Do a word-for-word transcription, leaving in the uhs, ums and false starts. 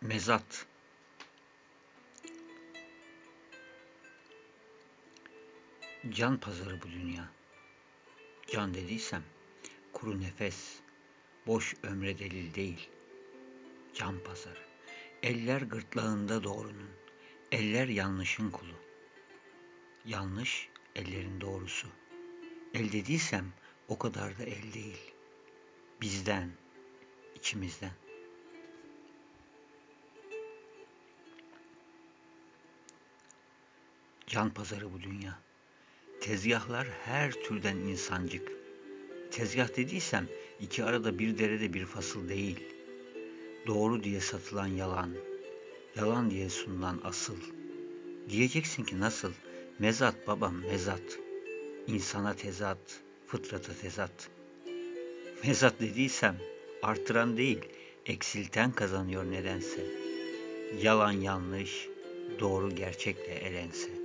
Mezat. Can pazarı bu dünya. Can dediysem kuru nefes, boş ömre delil değil. Can pazarı. Eller gırtlağında doğrunun, eller yanlışın kulu. Yanlış ellerin doğrusu. El dediysem o kadar da el değil. Bizden, içimizden. Can pazarı bu dünya. Tezgahlar her türden insancık. Tezgah dediysem iki arada bir derede bir fasıl değil. Doğru diye satılan yalan, yalan diye sunulan asıl. Diyeceksin ki nasıl? Mezat babam mezat. İnsana tezat, fıtrata tezat. Mezat dediysem artıran değil, eksilten kazanıyor nedense. Yalan yanlış, doğru gerçekle elense.